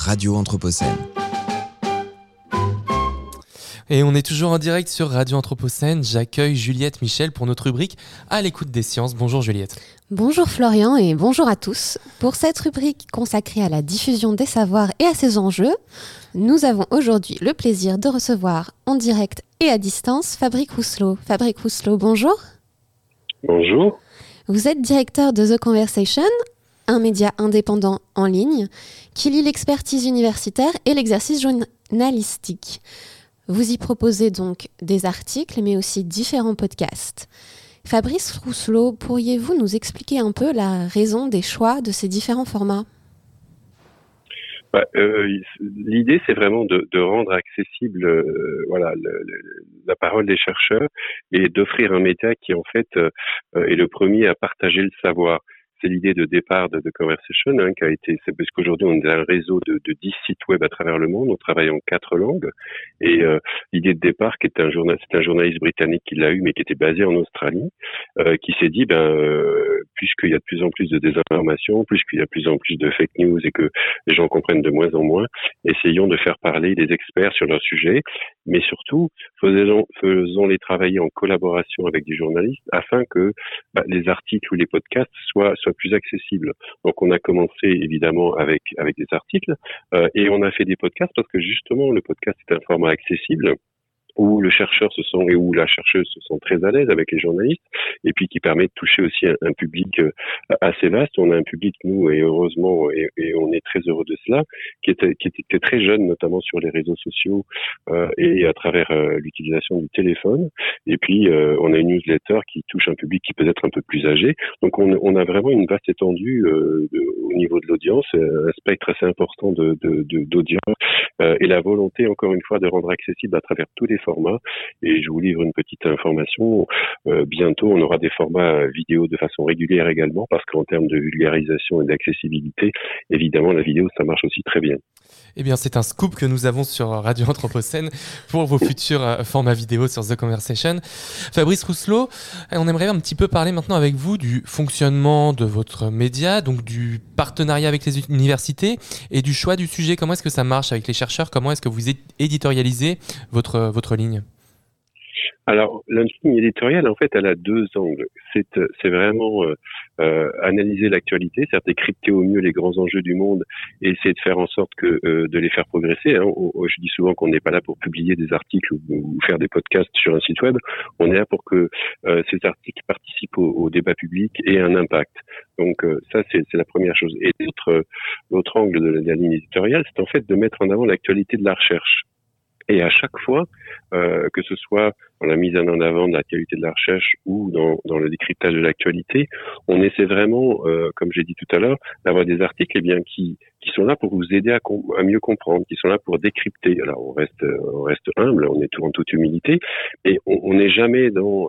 Radio Anthropocène. Et on est toujours en direct sur Radio Anthropocène. J'accueille Juliette Michel pour notre rubrique À l'écoute des sciences. Bonjour Juliette. Bonjour Florian et bonjour à tous. Pour cette rubrique consacrée à la diffusion des savoirs et à ses enjeux, nous avons aujourd'hui le plaisir de recevoir en direct et à distance Fabrice Rousselot. Fabrice Rousselot, bonjour. Bonjour. Vous êtes directeur de The Conversation, un média indépendant en ligne qui lie l'expertise universitaire et l'exercice journalistique. Vous y proposez donc des articles, mais aussi différents podcasts. Fabrice Rousselot, pourriez-vous nous expliquer un peu la raison des choix de ces différents formats ? L'idée, c'est vraiment de rendre accessible la parole des chercheurs et d'offrir un média qui, en fait, est le premier à partager le savoir. C'est l'idée de départ de The Conversation, c'est parce qu'aujourd'hui on a un réseau de 10 sites web à travers le monde, on travaille en 4 langues, et l'idée de départ, c'est un journaliste britannique qui l'a eu, mais qui était basé en Australie, qui s'est dit, puisqu'il y a de plus en plus de désinformation, puisqu'il y a de plus en plus de fake news et que les gens comprennent de moins en moins, essayons de faire parler des experts sur leur sujet, mais surtout, faisons-les travailler en collaboration avec des journalistes afin que les articles ou les podcasts soient plus accessibles. Donc on a commencé évidemment avec des articles et on a fait des podcasts parce que justement le podcast est un format accessible où le chercheur ou la chercheuse se sent très à l'aise avec les journalistes, et puis qui permet de toucher aussi un public assez vaste. On a un public, nous, et heureusement, et on est très heureux de cela, qui était très jeune, notamment sur les réseaux sociaux et à travers l'utilisation du téléphone. Et puis, on a une newsletter qui touche un public qui peut être un peu plus âgé. Donc, on a vraiment une vaste étendue au niveau de l'audience, un spectre assez important d'audience, et la volonté, encore une fois, de rendre accessible à travers tous les formats. Et je vous livre une petite information. Bientôt, on aura des formats vidéo de façon régulière également, parce qu'en termes de vulgarisation et d'accessibilité, évidemment, la vidéo, ça marche aussi très bien. Eh bien, c'est un scoop que nous avons sur Radio Anthropocène pour vos futurs formats vidéo sur The Conversation. Fabrice Rousselot, on aimerait un petit peu parler maintenant avec vous du fonctionnement de votre média, donc du partenariat avec les universités et du choix du sujet. Comment est-ce que ça marche avec les chercheurs ? Comment est-ce que vous éditorialisez votre ligne ? Alors, la ligne éditoriale, en fait, elle a 2 angles. C'est vraiment analyser l'actualité, c'est-à-dire décrypter au mieux les grands enjeux du monde et essayer de faire en sorte de les faire progresser. Je dis souvent qu'on n'est pas là pour publier des articles ou faire des podcasts sur un site web. On est là pour que ces articles participent au débat public et aient un impact. Donc ça, c'est la première chose. Et l'autre angle de la ligne éditoriale, c'est en fait de mettre en avant l'actualité de la recherche. Et à chaque fois, que ce soit dans la mise en avant de l'actualité de la recherche ou dans le décryptage de l'actualité, on essaie vraiment, comme j'ai dit tout à l'heure, d'avoir des articles qui sont là pour vous aider à mieux comprendre, qui sont là pour décrypter. Alors on reste humble, on est tout en toute humilité, et on n'est jamais dans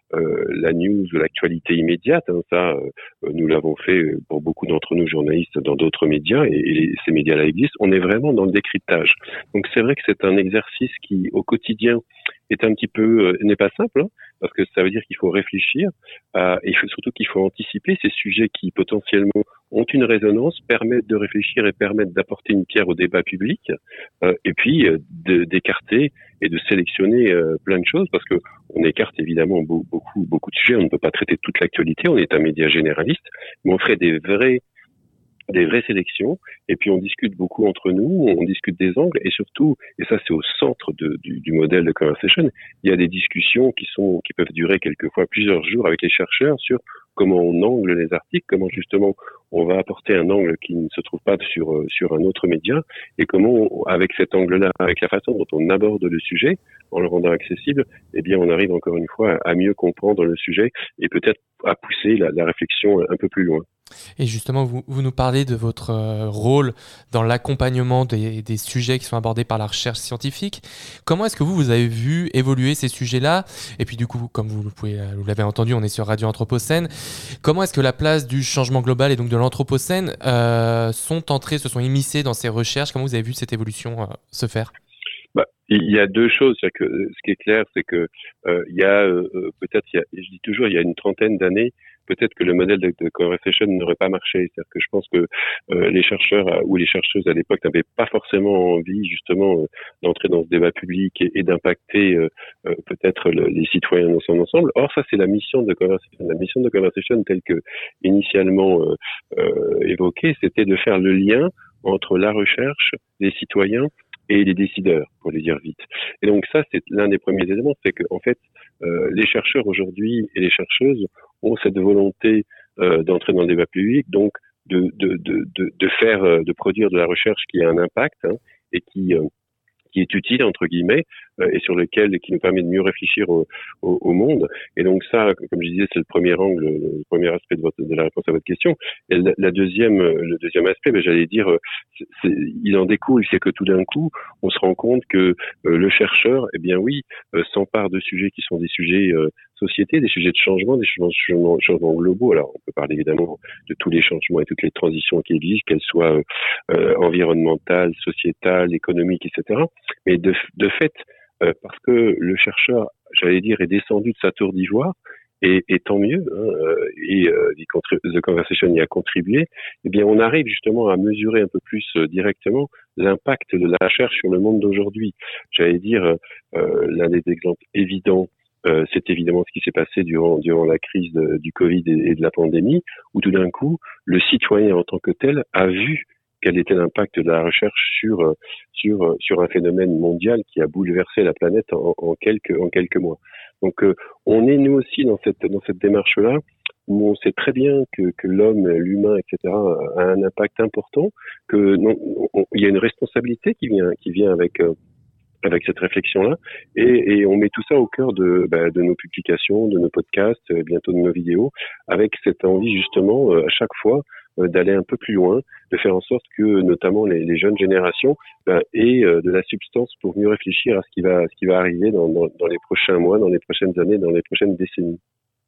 la news ou l'actualité immédiate. Nous l'avons fait pour beaucoup d'entre nous journalistes dans d'autres médias, et ces médias-là existent. On est vraiment dans le décryptage. Donc c'est vrai que c'est un exercice qui, au quotidien, est un petit peu n'est pas simple, parce que ça veut dire qu'il faut réfléchir, et surtout qu'il faut anticiper ces sujets qui potentiellement ont une résonance, permettent de réfléchir et permettent d'apporter une pierre au débat public, et puis d'écarter et de sélectionner plein de choses, parce que on écarte évidemment beaucoup de sujets. On ne peut pas traiter toute l'actualité, on est un média généraliste, mais on ferait des vraies sélections, et puis on discute beaucoup entre nous, on discute des angles, et surtout, et ça c'est au centre du modèle de Conversation, il y a des discussions qui peuvent durer quelquefois plusieurs jours avec les chercheurs sur comment on angle les articles, comment justement on va apporter un angle qui ne se trouve pas sur un autre média, et comment avec cet angle-là, avec la façon dont on aborde le sujet, en le rendant accessible, eh bien on arrive encore une fois à mieux comprendre le sujet et peut-être à pousser la réflexion un peu plus loin. Et justement, vous nous parlez de votre rôle dans l'accompagnement des sujets qui sont abordés par la recherche scientifique. Comment est-ce que vous avez vu évoluer ces sujets-là ? Et puis du coup, comme vous l'avez entendu, on est sur Radio Anthropocène. Comment est-ce que la place du changement global et donc de l'Anthropocène se sont immiscées dans ces recherches ? Comment vous avez vu cette évolution se faire ? Il y a 2 choses. C'est que ce qui est clair, c'est que je dis toujours, il y a une trentaine d'années, peut-être que le modèle de conversation n'aurait pas marché. C'est-à-dire que je pense que les chercheurs ou les chercheuses à l'époque n'avaient pas forcément envie justement d'entrer dans ce débat public et d'impacter peut-être les citoyens dans son ensemble. Or, ça c'est la mission de conversation. La mission de conversation telle que initialement évoquée, c'était de faire le lien entre la recherche, les citoyens et les décideurs, pour le dire vite. Et donc ça, c'est l'un des premiers éléments, c'est que en fait, les chercheurs aujourd'hui et les chercheuses ont cette volonté d'entrer dans le débat public, donc de produire de la recherche qui a un impact et qui est utile entre guillemets et sur lequel qui nous permet de mieux réfléchir au monde. Et donc ça, comme je disais, c'est le premier angle, le premier aspect de la réponse à votre question. Et le deuxième aspect, j'allais dire, il en découle, c'est que tout d'un coup, on se rend compte que le chercheur, eh bien oui, s'empare de sujets qui sont des sujets société, des sujets de changement, des changements globaux. Alors, on peut parler évidemment de tous les changements et toutes les transitions qui existent, qu'elles soient environnementales, sociétales, économiques, etc. Mais de fait, parce que le chercheur, j'allais dire, est descendu de sa tour d'ivoire, et tant mieux, The Conversation y a contribué, eh bien on arrive justement à mesurer un peu plus directement l'impact de la recherche sur le monde d'aujourd'hui. J'allais dire, l'un des exemples évidents, c'est évidemment ce qui s'est passé durant la crise du Covid et de la pandémie, où tout d'un coup, le citoyen en tant que tel a vu quel était l'impact de la recherche sur un phénomène mondial qui a bouleversé la planète en quelques mois. Donc on est nous aussi dans cette démarche-là où on sait très bien que l'homme, l'humain, etc. a un impact important, il y a une responsabilité qui vient avec cette réflexion-là, et on met tout ça au cœur de nos publications, de nos podcasts, bientôt de nos vidéos, avec cette envie justement à chaque fois d'aller un peu plus loin, de faire en sorte que notamment les jeunes générations aient de la substance pour mieux réfléchir à ce qui va arriver dans les prochains mois, dans les prochaines années, dans les prochaines décennies.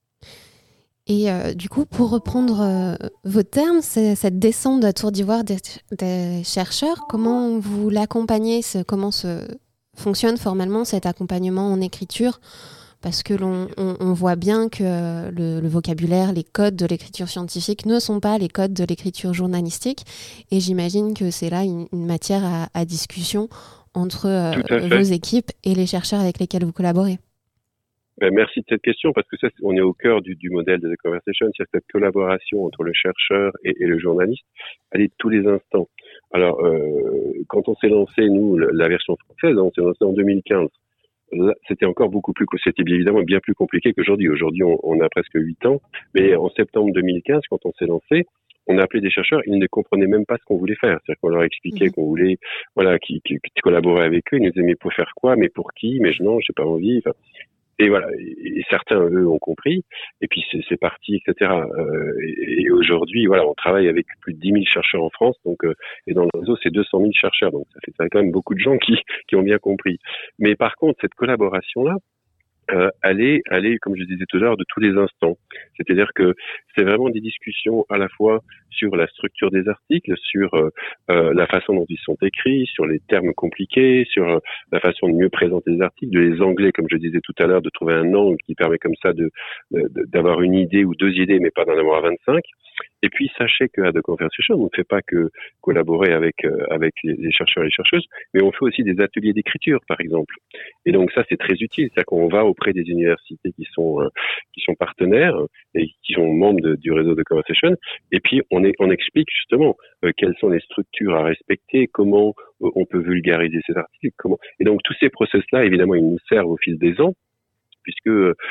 Et du coup, pour reprendre vos termes, cette descente de la tour d'ivoire des chercheurs, comment vous l'accompagnez, comment fonctionne formellement cet accompagnement en écriture? Parce que on voit bien que le vocabulaire, les codes de l'écriture scientifique ne sont pas les codes de l'écriture journalistique. Et j'imagine que c'est là une matière à discussion entre vos équipes et les chercheurs avec lesquels vous collaborez. Merci de cette question, parce que ça, on est au cœur du modèle de The Conversation, c'est cette collaboration entre le chercheur et le journaliste, elle est de tous les instants. Alors, quand on s'est lancé, nous, la version française, on s'est lancé en 2015. Là, c'était encore c'était évidemment bien plus compliqué qu'aujourd'hui. Aujourd'hui, on a presque 8 ans, mais en septembre 2015, quand on s'est lancé, on a appelé des chercheurs, ils ne comprenaient même pas ce qu'on voulait faire. C'est-à-dire qu'on leur expliquait qu'on voulait, qu'ils collaboraient avec eux, ils nous disaient, mais pour faire quoi, mais pour qui, mais non, j'ai pas envie, et voilà, et certains, eux, ont compris, et puis c'est parti, etc. Et aujourd'hui, voilà, on travaille avec plus de 10 000 chercheurs en France, donc et dans le réseau, c'est 200 000 chercheurs, donc ça fait quand même beaucoup de gens qui ont bien compris. Mais par contre, cette collaboration-là, elle est, comme je disais tout à l'heure, de tous les instants. C'est-à-dire que c'est vraiment des discussions à la fois sur la structure des articles, sur la façon dont ils sont écrits, sur les termes compliqués, sur la façon de mieux présenter les articles, de les angler, comme je disais tout à l'heure, de trouver un angle qui permet comme ça d'avoir une idée ou 2 idées, mais pas d'en avoir 25. Et puis, sachez qu'à The Conversation, on ne fait pas que collaborer avec les chercheurs et les chercheuses, mais on fait aussi des ateliers d'écriture, par exemple. Et donc, ça, c'est très utile. C'est-à-dire qu'on va auprès des universités qui sont partenaires et qui sont membres du réseau The Conversation. Et puis, on explique justement quelles sont les structures à respecter, comment on peut vulgariser ces articles, comment. Et donc, tous ces process-là, évidemment, ils nous servent au fil des ans, puisque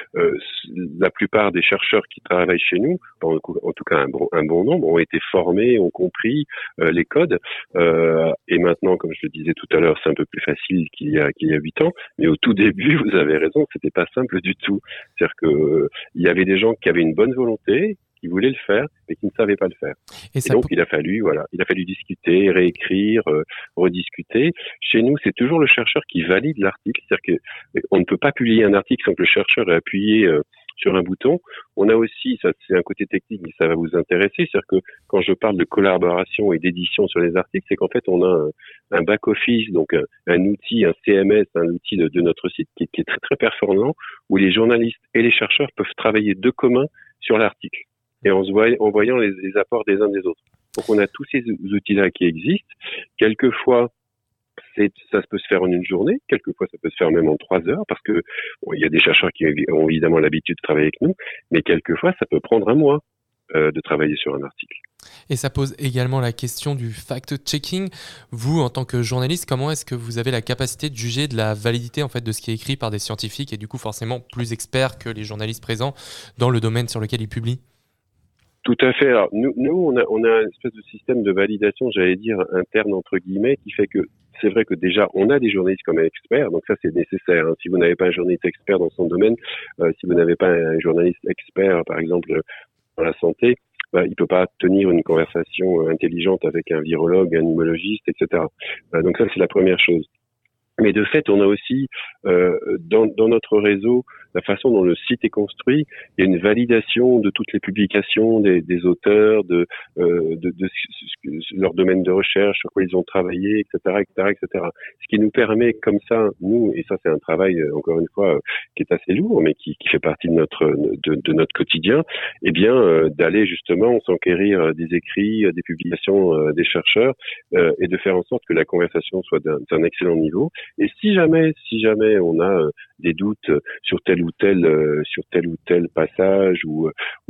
la plupart des chercheurs qui travaillent chez nous, en tout cas un bon nombre, ont été formés, ont compris les codes. Et maintenant, comme je le disais tout à l'heure, c'est un peu plus facile qu'il y a 8 ans. Mais au tout début, vous avez raison, c'était pas simple du tout. C'est-à-dire que il y avait des gens qui avaient une bonne volonté, qui voulaient le faire, mais qui ne savaient pas le faire. Et donc, il a fallu discuter, réécrire, rediscuter. Chez nous, c'est toujours le chercheur qui valide l'article. C'est-à-dire qu'on ne peut pas publier un article sans que le chercheur ait appuyé sur un bouton. On a aussi, ça c'est un côté technique, mais ça va vous intéresser, c'est-à-dire que quand je parle de collaboration et d'édition sur les articles, c'est qu'en fait, on a un back-office, donc un outil, un CMS, un outil de notre site qui est très, très performant, où les journalistes et les chercheurs peuvent travailler de commun sur l'article. et en voyant les apports des uns des autres. Donc on a tous ces outils-là qui existent. Quelquefois, ça peut se faire en une journée, quelquefois ça peut se faire même en 3 heures, parce que il y a des chercheurs qui ont évidemment l'habitude de travailler avec nous, mais quelquefois ça peut prendre un mois de travailler sur un article. Et ça pose également la question du fact-checking. Vous, en tant que journaliste, comment est-ce que vous avez la capacité de juger de la validité en fait de ce qui est écrit par des scientifiques et du coup forcément plus experts que les journalistes présents dans le domaine sur lequel ils publient? Tout à fait. Alors nous on a une espèce de système de validation, j'allais dire interne entre guillemets, qui fait que c'est vrai que déjà on a des journalistes comme experts, donc ça c'est nécessaire. Hein. Si vous n'avez pas un journaliste expert dans son domaine, si vous n'avez pas un journaliste expert, par exemple dans la santé, il peut pas tenir une conversation intelligente avec un virologue, un immunologiste, etc. Donc ça c'est la première chose. Mais de fait, on a aussi dans notre réseau la façon dont le site est construit. Il y a une validation de toutes les publications des auteurs, de leur domaine de recherche, sur quoi ils ont travaillé, etc. Ce qui nous permet comme ça, nous, et ça c'est un travail encore une fois qui est assez lourd, mais qui fait partie de notre quotidien, eh bien d'aller justement s'enquérir des écrits, des publications des chercheurs et de faire en sorte que la conversation soit d'un excellent niveau. Et si jamais on a des doutes sur tel ou tel passage ou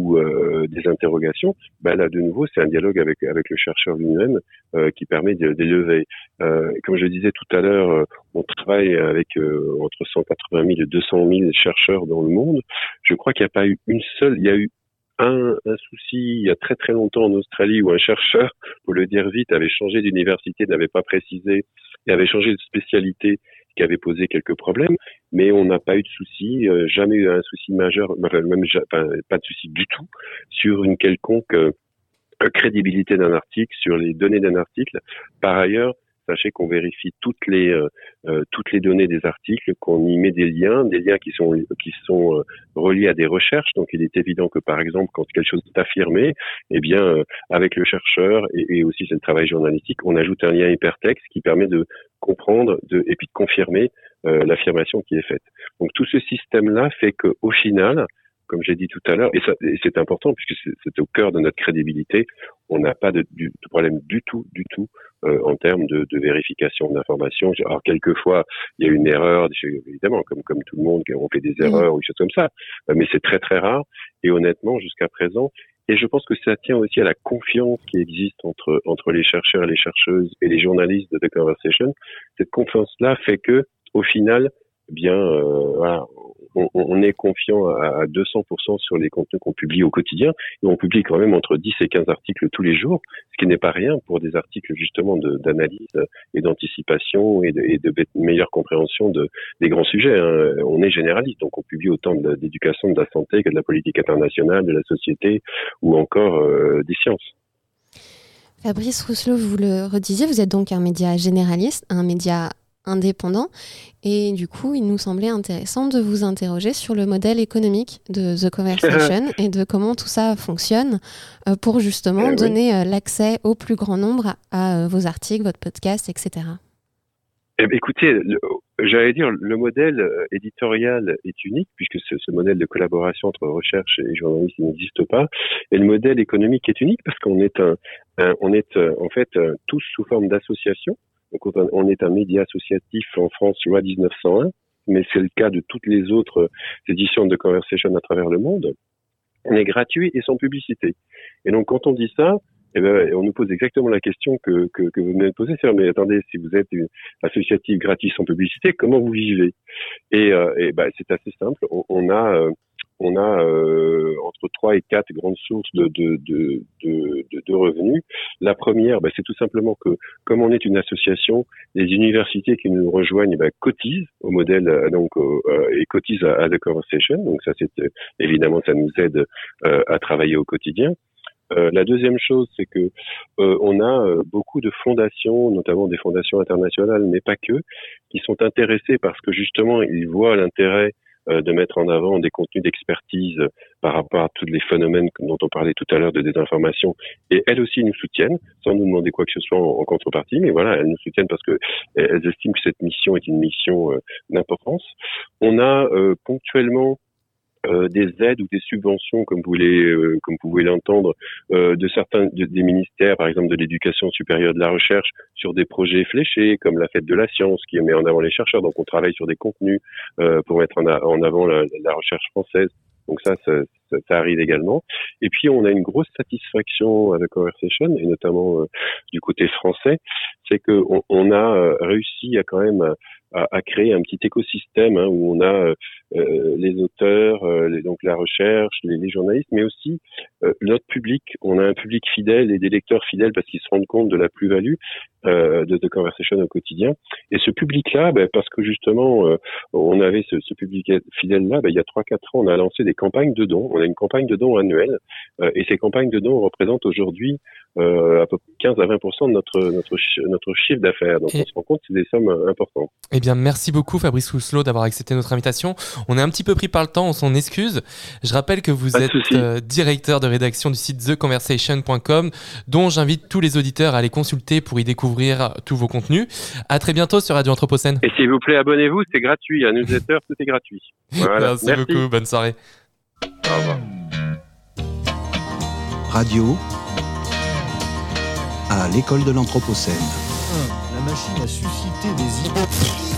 des interrogations, là de nouveau c'est un dialogue avec le chercheur lui-même qui permet de les lever. Comme je disais tout à l'heure, on travaille avec entre 180 000 et 200 000 chercheurs dans le monde. Je crois qu'il n'y a pas eu il y a eu un souci il y a très très longtemps en Australie où un chercheur, pour le dire vite, avait changé d'université, n'avait pas précisé et avait changé de spécialité, qui avait posé quelques problèmes, mais on n'a pas eu de souci, jamais eu un souci majeur, pas de souci du tout sur une quelconque crédibilité d'un article, sur les données d'un article. Par ailleurs, sachez qu'on vérifie toutes les données des articles, qu'on y met des liens qui sont reliés à des recherches. Donc, il est évident que, par exemple, quand quelque chose est affirmé, eh bien, avec le chercheur et aussi c'est le travail journalistique, on ajoute un lien hypertexte qui permet de comprendre et puis de confirmer l'affirmation qui est faite. Donc, tout ce système-là fait que, au final, comme j'ai dit tout à l'heure, et c'est important puisque c'est au cœur de notre crédibilité, on n'a pas de problème du tout en termes de vérification d'informations. Alors quelquefois il y a une erreur, évidemment, comme tout le monde, on fait des erreurs ou des choses comme ça, mais c'est très très rare. Et honnêtement, jusqu'à présent, et je pense que ça tient aussi à la confiance qui existe entre les chercheurs et les chercheuses et les journalistes de The Conversation. Cette confiance-là fait que, au final, voilà, on est confiant à 200% sur les contenus qu'on publie au quotidien, et on publie quand même entre 10 et 15 articles tous les jours, ce qui n'est pas rien pour des articles justement d'analyse et d'anticipation et de meilleure compréhension des grands sujets. Hein. On est généraliste, donc on publie autant d'éducation, de la santé que de la politique internationale, de la société ou encore des sciences. Fabrice Rousselot, vous le redisiez, vous êtes donc un média généraliste, un média indépendant, et du coup il nous semblait intéressant de vous interroger sur le modèle économique de The Conversation et de comment tout ça fonctionne pour justement donner l'accès au plus grand nombre à vos articles, votre podcast, etc. Écoutez, j'allais dire, le modèle éditorial est unique puisque ce modèle de collaboration entre recherche et journalisme n'existe pas, et le modèle économique est unique parce qu'on est en fait tous sous forme d'association. Donc, on est un média associatif en France, loi 1901, mais c'est le cas de toutes les autres éditions de Conversation à travers le monde. On est gratuit et sans publicité. Et donc, quand on dit ça, on nous pose exactement la question que vous venez de poser. C'est mais attendez, si vous êtes une associative gratuite sans publicité, comment vous vivez? Et c'est assez simple. On a entre 3 et 4 grandes sources de revenus. La première, c'est tout simplement que, comme on est une association, les universités qui nous rejoignent cotisent au modèle et cotisent à The Conversation. Donc ça, c'est évidemment, ça nous aide à travailler au quotidien. La deuxième chose, c'est que on a beaucoup de fondations, notamment des fondations internationales, mais pas que, qui sont intéressées parce que justement, ils voient l'intérêt de mettre en avant des contenus d'expertise par rapport à tous les phénomènes dont on parlait tout à l'heure de désinformation. Et elles aussi nous soutiennent, sans nous demander quoi que ce soit en contrepartie, mais voilà, elles nous soutiennent parce que elles estiment que cette mission est une mission d'importance. On a ponctuellement des aides ou des subventions, comme vous pouvez l'entendre, de certains des ministères, par exemple de l'éducation supérieure, de la recherche, sur des projets fléchés, comme la fête de la science, qui met en avant les chercheurs. Donc, on travaille sur des contenus pour mettre en avant la recherche française. Donc ça arrive également. Et puis, on a une grosse satisfaction avec Conversation, et notamment du côté français, c'est que on a réussi à quand même à créer un petit écosystème où on a les auteurs, donc la recherche, les journalistes, mais aussi notre public. On a un public fidèle et des lecteurs fidèles parce qu'ils se rendent compte de la plus-value de The Conversation au quotidien. Et ce public-là, parce que justement, on avait ce public fidèle-là, il y a 3-4 ans, on a lancé des campagnes de dons. On a une campagne de dons annuelle et ces campagnes de dons représentent aujourd'hui à peu près 15 à 20% de notre chiffre d'affaires. Donc on se rend compte que c'est des sommes importantes. Eh bien, merci beaucoup Fabrice Rousselot d'avoir accepté notre invitation. On est un petit peu pris par le temps, on s'en excuse. Je rappelle que vous êtes directeur de rédaction du site theconversation.com, dont j'invite tous les auditeurs à aller consulter pour y découvrir tous vos contenus. À très bientôt sur Radio Anthropocène. Et s'il vous plaît, abonnez-vous, c'est gratuit. Un newsletter, tout est gratuit. Voilà. Merci beaucoup, bonne soirée. Au revoir. Radio à l'école de l'Anthropocène. La machine a suscité des idées.